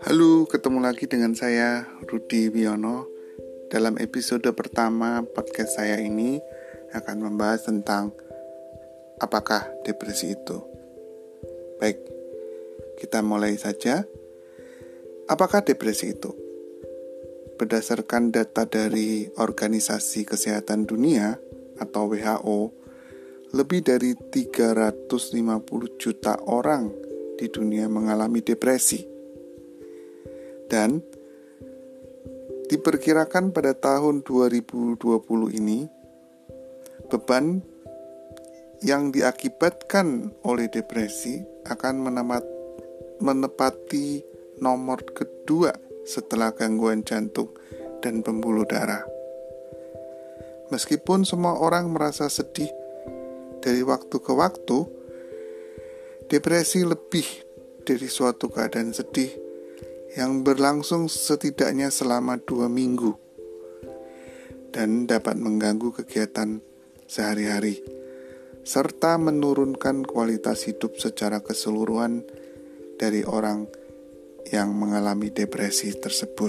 Halo, ketemu lagi dengan saya Rudi Wiono. Dalam episode pertama podcast saya ini akan membahas tentang apakah depresi itu. Baik, kita mulai saja. Apakah depresi itu? Berdasarkan data dari Organisasi Kesehatan Dunia atau WHO, lebih dari 350 juta orang di dunia mengalami depresi. Dan diperkirakan pada tahun 2020 ini, beban yang diakibatkan oleh depresi akan menepati nomor kedua setelah gangguan jantung dan pembuluh darah. Meskipun semua orang merasa sedih dari waktu ke waktu, depresi lebih dari suatu keadaan sedih yang berlangsung setidaknya selama 2 minggu dan dapat mengganggu kegiatan sehari-hari serta menurunkan kualitas hidup secara keseluruhan dari orang yang mengalami depresi tersebut.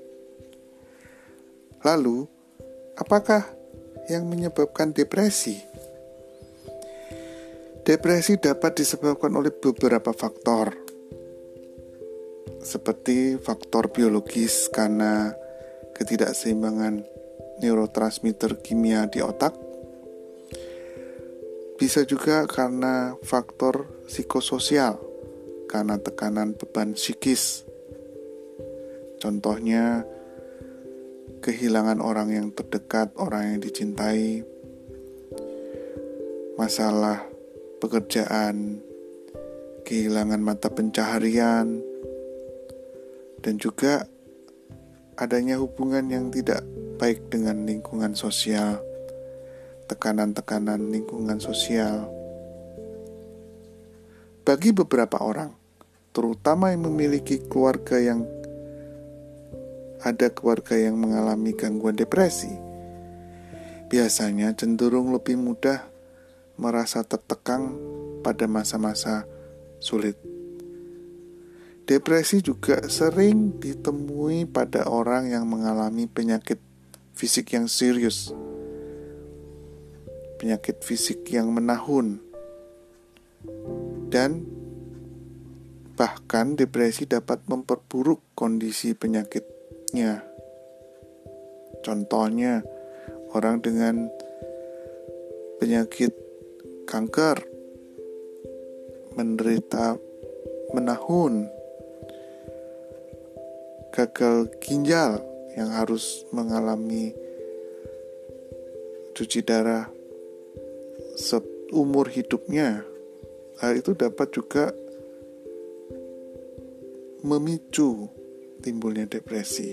Lalu, apakah yang menyebabkan depresi? Depresi dapat disebabkan oleh beberapa faktor, seperti faktor biologis karena ketidakseimbangan neurotransmitter kimia di otak. Bisa juga karena faktor psikososial, karena tekanan beban psikis. Contohnya, kehilangan orang yang terdekat, orang yang dicintai, masalah pekerjaan, kehilangan mata pencaharian, dan juga adanya hubungan yang tidak baik dengan lingkungan sosial, tekanan-tekanan lingkungan sosial. Bagi beberapa orang, terutama yang memiliki keluarga yang mengalami gangguan depresi, biasanya cenderung lebih mudah merasa tertekan pada masa-masa sulit. Depresi juga sering ditemui pada orang yang mengalami penyakit fisik yang serius, penyakit fisik yang menahun, dan bahkan depresi dapat memperburuk kondisi penyakitnya. Contohnya, orang dengan penyakit kanker, menderita menahun, gagal ginjal yang harus mengalami cuci darah seumur hidupnya. Hal itu dapat juga memicu timbulnya depresi.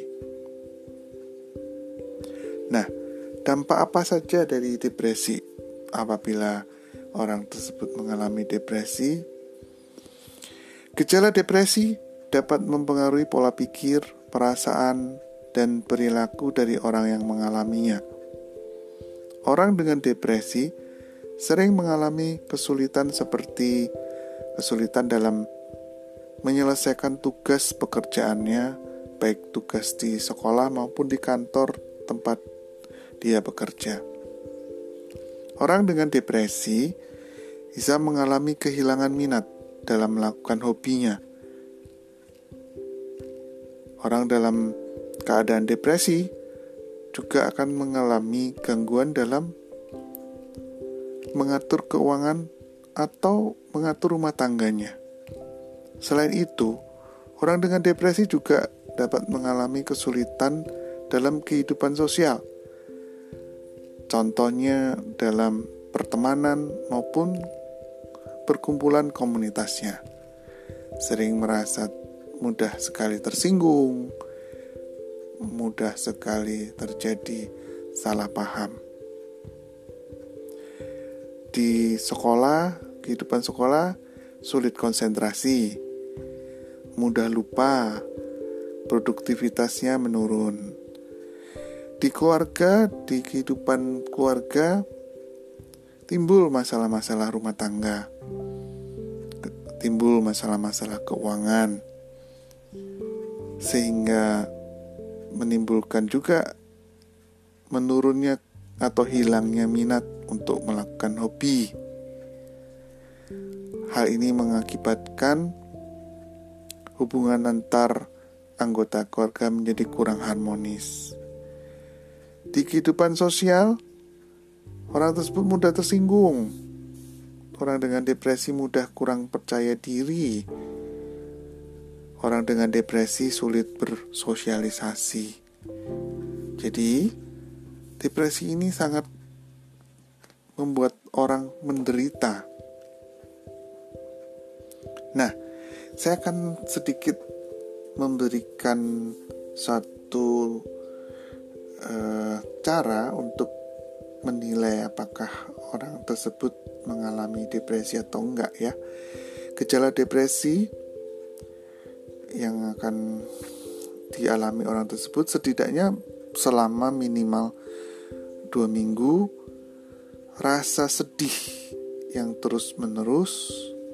Nah, dampak apa saja dari depresi apabila orang tersebut mengalami depresi? Gejala depresi dapat mempengaruhi pola pikir, perasaan, dan perilaku dari orang yang mengalaminya. Orang dengan depresi sering mengalami kesulitan seperti kesulitan dalam menyelesaikan tugas pekerjaannya, baik tugas di sekolah maupun di kantor tempat dia bekerja. Orang dengan depresi bisa mengalami kehilangan minat dalam melakukan hobinya. Orang dalam keadaan depresi juga akan mengalami gangguan dalam mengatur keuangan atau mengatur rumah tangganya. Selain itu, orang dengan depresi juga dapat mengalami kesulitan dalam kehidupan sosial. Contohnya dalam pertemanan maupun perkumpulan komunitasnya. Sering merasa mudah sekali tersinggung, mudah sekali terjadi salah paham. Di sekolah, kehidupan sekolah, sulit konsentrasi, mudah lupa, produktivitasnya menurun. Di keluarga, di kehidupan keluarga, timbul masalah-masalah rumah tangga, timbul masalah-masalah keuangan, sehingga menimbulkan juga menurunnya atau hilangnya minat untuk melakukan hobi. Hal ini mengakibatkan hubungan antar anggota keluarga menjadi kurang harmonis. Di kehidupan sosial, orang tersebut mudah tersinggung. Orang dengan depresi mudah kurang percaya diri. Orang dengan depresi sulit bersosialisasi. Jadi, depresi ini sangat membuat orang menderita. Nah, saya akan sedikit memberikan satu cara untuk menilai apakah orang tersebut mengalami depresi atau enggak ya. Gejala depresi yang akan dialami orang tersebut setidaknya selama minimal 2 minggu, rasa sedih yang terus menerus,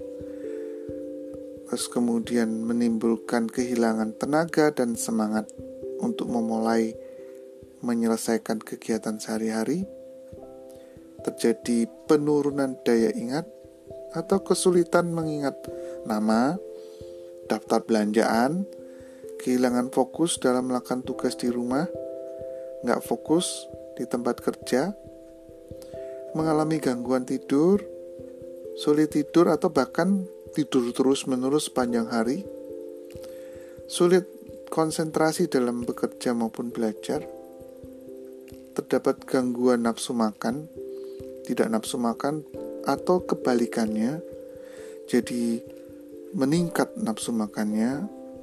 terus kemudian menimbulkan kehilangan tenaga dan semangat untuk memulai menyelesaikan kegiatan sehari-hari, terjadi penurunan daya ingat atau kesulitan mengingat nama, daftar belanjaan, kehilangan fokus dalam melakukan tugas di rumah, nggak fokus di tempat kerja, mengalami gangguan tidur, sulit tidur atau bahkan tidur terus-menerus sepanjang hari, sulit konsentrasi dalam bekerja maupun belajar, terdapat gangguan nafsu makan, tidak nafsu makan, atau kebalikannya, jadi meningkat nafsu makannya,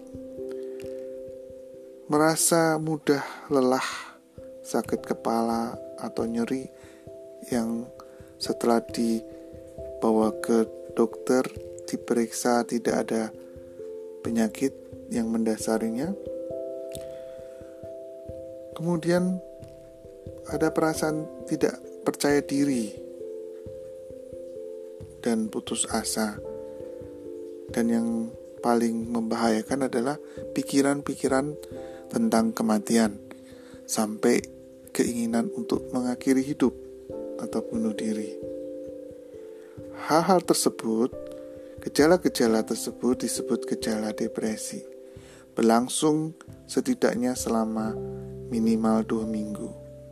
merasa mudah lelah, sakit kepala atau nyeri yang setelah dibawa ke dokter diperiksa tidak ada penyakit yang mendasarinya. Kemudian ada perasaan tidak percaya diri dan putus asa. Dan yang paling membahayakan adalah pikiran-pikiran tentang kematian sampai keinginan untuk mengakhiri hidup atau bunuh diri. Hal-hal tersebut, gejala-gejala tersebut disebut gejala depresi, berlangsung setidaknya selama minimal 2 minggu.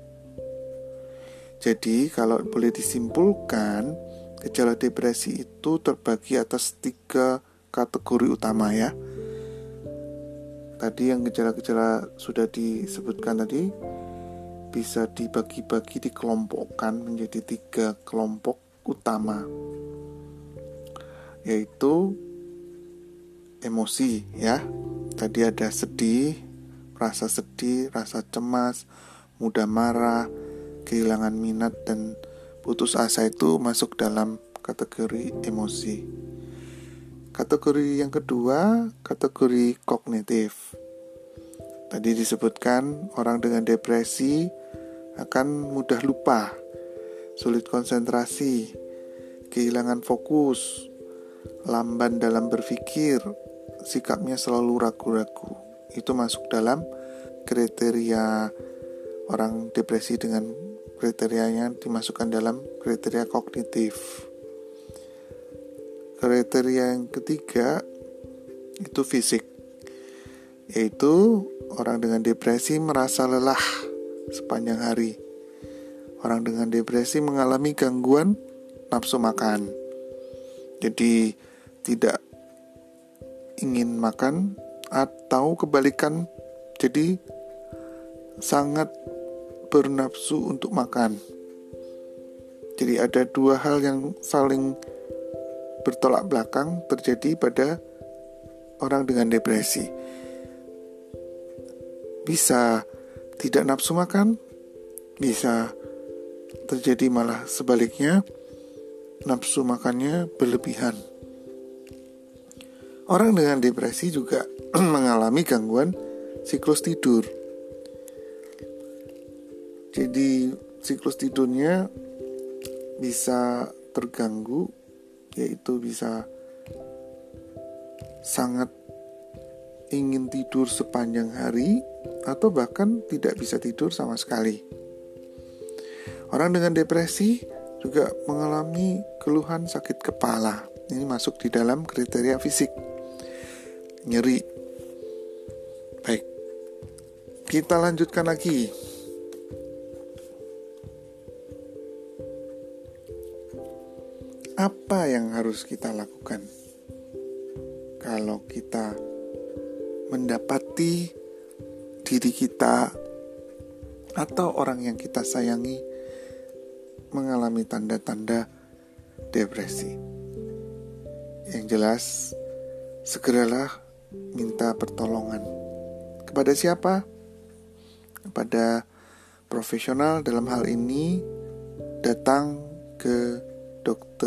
Jadi kalau boleh disimpulkan, gejala depresi itu terbagi atas 3 kategori utama ya. Tadi yang gejala-gejala sudah disebutkan tadi bisa dibagi-bagi, dikelompokkan menjadi 3 kelompok utama, yaitu emosi ya. Tadi ada sedih, rasa cemas, mudah marah, kehilangan minat dan putus asa itu masuk dalam kategori emosi. Kategori yang kedua, kategori kognitif. Tadi disebutkan orang dengan depresi akan mudah lupa, sulit konsentrasi, kehilangan fokus, lamban dalam berpikir, sikapnya selalu ragu-ragu. Itu masuk dalam kriteria orang depresi dengan kriterianya dimasukkan dalam kriteria kognitif. Kriteria yang ketiga itu fisik, yaitu orang dengan depresi merasa lelah sepanjang hari. Orang dengan depresi mengalami gangguan nafsu makan, jadi tidak ingin makan, atau kebalikan, jadi sangat bernafsu untuk makan. Jadi ada 2 hal yang saling bertolak belakang terjadi pada orang dengan depresi. Bisa tidak nafsu makan, bisa terjadi malah sebaliknya, nafsu makannya berlebihan. Orang dengan depresi juga mengalami gangguan siklus tidur. Jadi siklus tidurnya bisa terganggu, yaitu bisa sangat ingin tidur sepanjang hari atau bahkan tidak bisa tidur sama sekali. Orang dengan depresi juga mengalami keluhan sakit kepala. Ini masuk di dalam kriteria fisik. Nyeri. Baik. Kita lanjutkan lagi. Apa yang harus kita lakukan kalau kita mendapati diri kita atau orang yang kita sayangi mengalami tanda-tanda depresi? Yang jelas, segeralah minta pertolongan. Kepada siapa? Kepada profesional dalam hal ini, datang ke dokter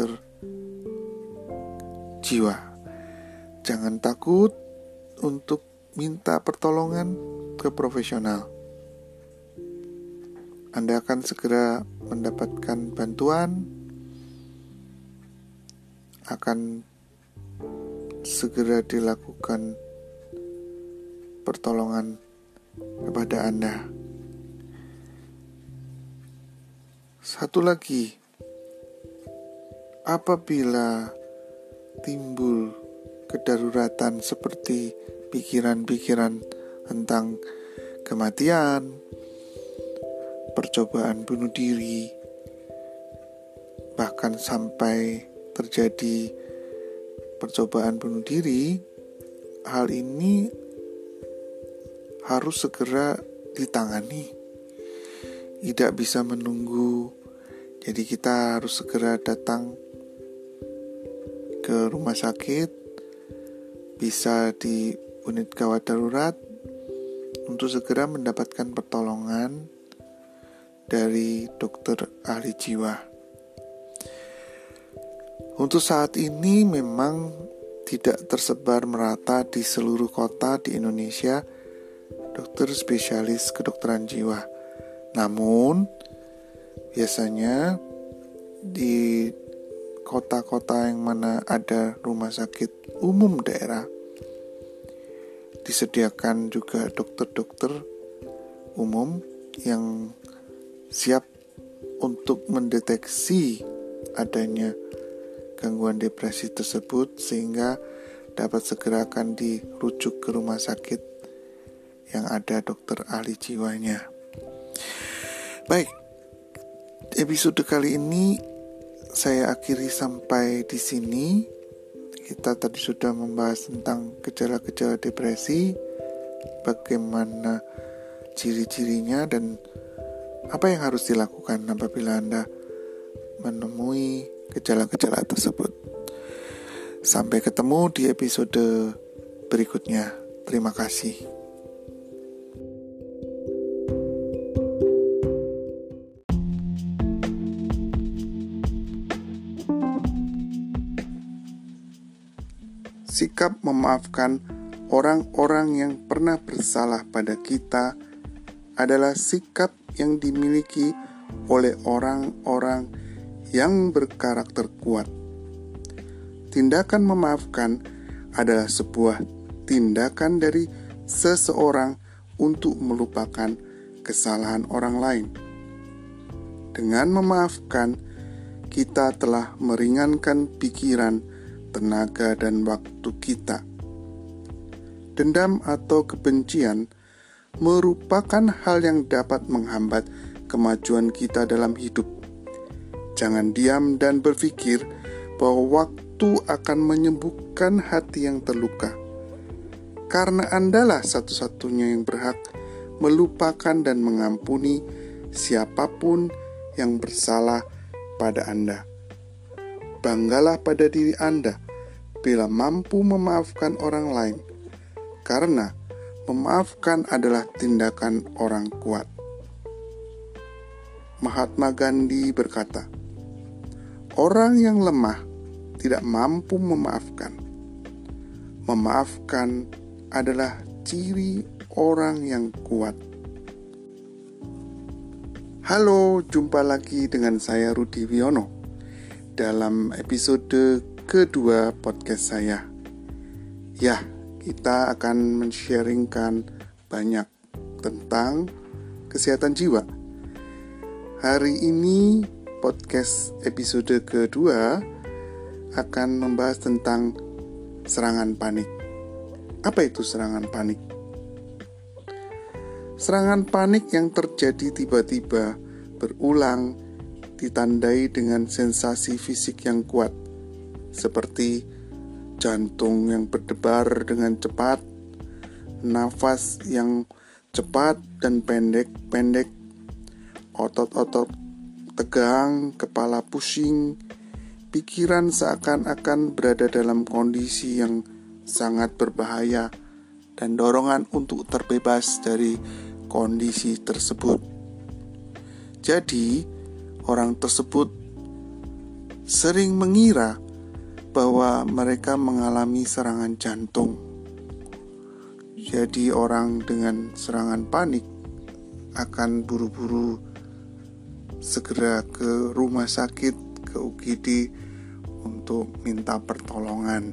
jiwa. Jangan takut untuk minta pertolongan ke profesional. Anda akan segera mendapatkan bantuan, akan segera dilakukan pertolongan kepada Anda. Satu lagi, apabila timbul kedaruratan seperti pikiran-pikiran tentang kematian, percobaan bunuh diri, bahkan sampai terjadi percobaan bunuh diri, hal ini harus segera ditangani. Tidak bisa menunggu. Jadi kita harus segera datang ke rumah sakit, bisa di unit gawat darurat, untuk segera mendapatkan pertolongan dari dokter ahli jiwa. Untuk saat ini memang tidak tersebar merata di seluruh kota di Indonesia dokter spesialis kedokteran jiwa. Namun biasanya di kota-kota yang mana ada rumah sakit umum daerah, disediakan juga dokter-dokter umum yang siap untuk mendeteksi adanya gangguan depresi tersebut, sehingga dapat segera akan dirujuk ke rumah sakit yang ada dokter ahli jiwanya. Baik, episode kali ini saya akhiri sampai di sini. Kita tadi sudah membahas tentang gejala-gejala depresi, bagaimana ciri-cirinya, dan apa yang harus dilakukan apabila Anda menemui gejala-gejala tersebut. Sampai ketemu di episode berikutnya. Terima kasih. Sikap memaafkan orang-orang yang pernah bersalah pada kita adalah sikap yang dimiliki oleh orang-orang yang berkarakter kuat. Tindakan memaafkan adalah sebuah tindakan dari seseorang untuk melupakan kesalahan orang lain. Dengan memaafkan, kita telah meringankan pikiran, tenaga, dan waktu kita. Dendam atau kebencian merupakan hal yang dapat menghambat kemajuan kita dalam hidup. Jangan diam dan berpikir bahwa waktu akan menyembuhkan hati yang terluka, karena Andalah satu-satunya yang berhak melupakan dan mengampuni siapapun yang bersalah pada Anda. Banggalah pada diri Anda bila mampu memaafkan orang lain, karena memaafkan adalah tindakan orang kuat. Mahatma Gandhi berkata, orang yang lemah tidak mampu memaafkan. Memaafkan adalah ciri orang yang kuat. Halo, jumpa lagi dengan saya Rudi Wiono dalam episode kedua podcast saya. Ya, kita akan men-sharingkan banyak tentang kesehatan jiwa. Hari ini podcast episode kedua akan membahas tentang serangan panik. Apa itu serangan panik? Serangan panik yang terjadi tiba-tiba berulang ditandai dengan sensasi fisik yang kuat, seperti jantung yang berdebar dengan cepat, nafas yang cepat dan pendek-pendek, otot-otot tegang, kepala pusing, pikiran seakan-akan berada dalam kondisi yang sangat berbahaya, dan dorongan untuk terbebas dari kondisi tersebut. Jadi, orang tersebut sering mengira bahwa mereka mengalami serangan jantung. Jadi, orang dengan serangan panik akan buru-buru segera ke rumah sakit, ke UGD untuk minta pertolongan.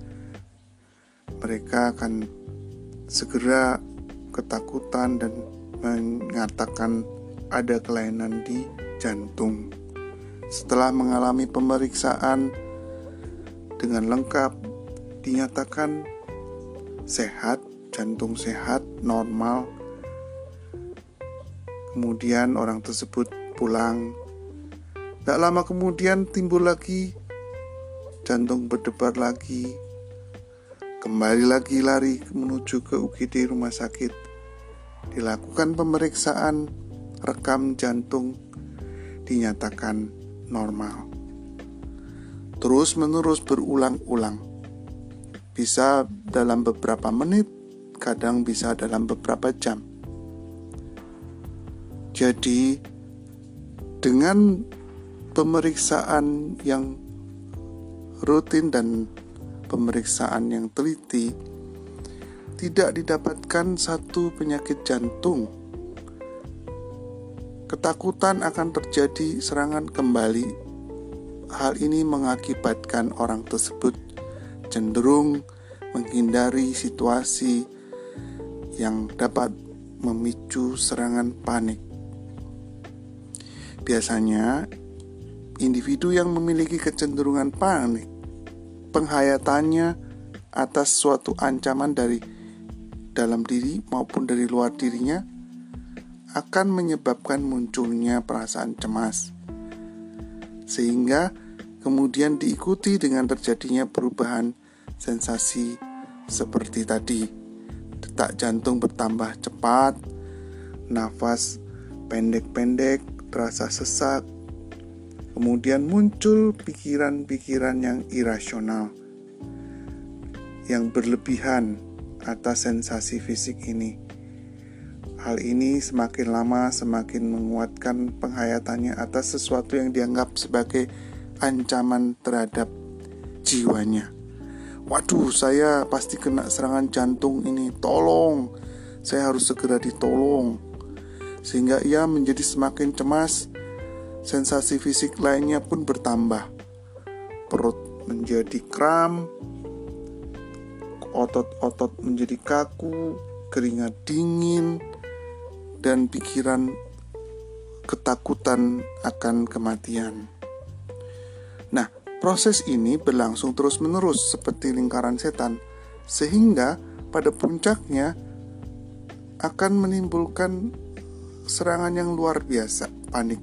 Mereka akan segera ketakutan dan mengatakan ada kelainan di jantung. Setelah mengalami pemeriksaan dengan lengkap, dinyatakan sehat, jantung sehat, normal. Kemudian orang tersebut pulang. Tak lama kemudian timbul lagi, jantung berdebar lagi. Kembali lagi lari menuju ke UGD rumah sakit. Dilakukan pemeriksaan rekam jantung, dinyatakan normal. Terus menerus berulang-ulang. Bisa dalam beberapa menit, kadang bisa dalam beberapa jam. Jadi, dengan pemeriksaan yang rutin dan pemeriksaan yang teliti, tidak didapatkan satu penyakit jantung. Ketakutan akan terjadi serangan kembali. Hal ini mengakibatkan orang tersebut cenderung menghindari situasi yang dapat memicu serangan panik. Biasanya, individu yang memiliki kecenderungan panik, penghayatannya atas suatu ancaman dari dalam diri maupun dari luar dirinya akan menyebabkan munculnya perasaan cemas, sehingga kemudian diikuti dengan terjadinya perubahan sensasi seperti tadi. Detak jantung bertambah cepat, nafas pendek-pendek, terasa sesak. Kemudian muncul pikiran-pikiran yang irasional, yang berlebihan atas sensasi fisik ini. Hal ini semakin lama semakin menguatkan penghayatannya atas sesuatu yang dianggap sebagai ancaman terhadap jiwanya. Waduh, saya pasti kena serangan jantung ini, tolong, saya harus segera ditolong. Sehingga ia menjadi semakin cemas. Sensasi fisik lainnya pun bertambah. Perut menjadi kram, otot-otot menjadi kaku, keringat dingin, dan pikiran ketakutan akan kematian. Nah, proses ini berlangsung terus-menerus seperti lingkaran setan, sehingga pada puncaknya akan menimbulkan serangan yang luar biasa, panik.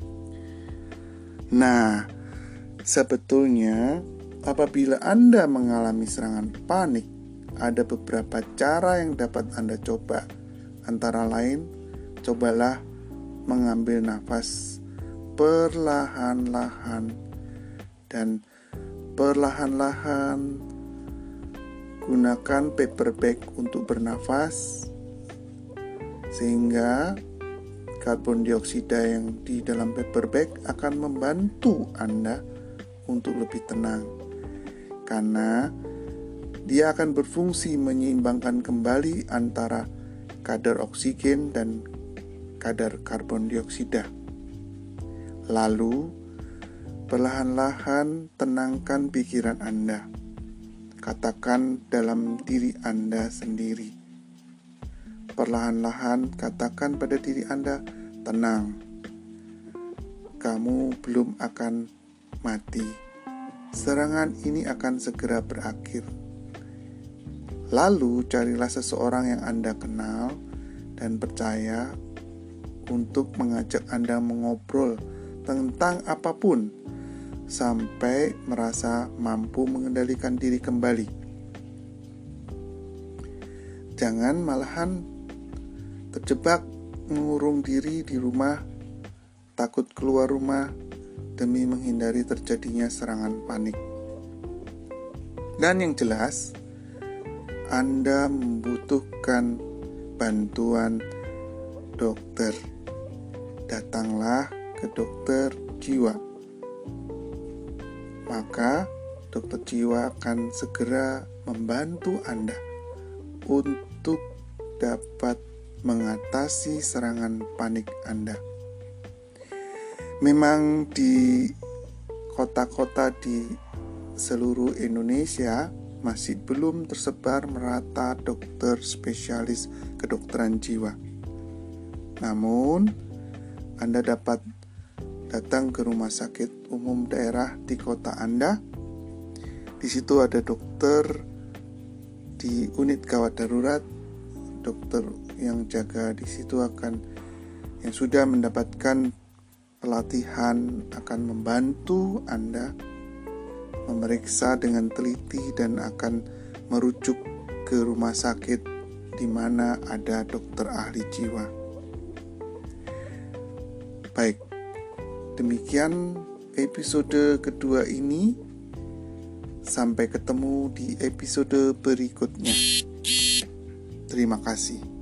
Nah, sebetulnya apabila Anda mengalami serangan panik, ada beberapa cara yang dapat Anda coba. Antara lain, cobalah mengambil nafas perlahan-lahan dan perlahan-lahan. Gunakan paper bag untuk bernafas, sehingga karbon dioksida yang di dalam paper bag akan membantu Anda untuk lebih tenang, karena dia akan berfungsi menyeimbangkan kembali antara kadar oksigen dan kadar karbon dioksida. Lalu, perlahan-lahan tenangkan pikiran Anda. katakan dalam diri Anda sendiri. Perlahan-lahan katakan pada diri Anda, tenang, kamu belum akan mati. Serangan ini akan segera berakhir. Lalu carilah seseorang yang Anda kenal dan percaya untuk mengajak Anda mengobrol tentang apapun sampai merasa mampu mengendalikan diri kembali. Jangan malahan terjebak mengurung diri di rumah, takut keluar rumah demi menghindari terjadinya serangan panik. Dan yang jelas, Anda membutuhkan bantuan dokter. Datanglah ke dokter jiwa. Maka dokter jiwa akan segera membantu Anda untuk dapat mengatasi serangan panik Anda. Memang di kota-kota di seluruh Indonesia masih belum tersebar merata dokter spesialis kedokteran jiwa. Namun, Anda dapat datang ke rumah sakit umum daerah di kota Anda. Di situ ada dokter di unit gawat darurat. Dokter yang jaga di situ yang sudah mendapatkan pelatihan akan membantu Anda memeriksa dengan teliti dan akan merujuk ke rumah sakit di mana ada dokter ahli jiwa. Baik, demikian episode kedua ini. Sampai ketemu di episode berikutnya. Terima kasih.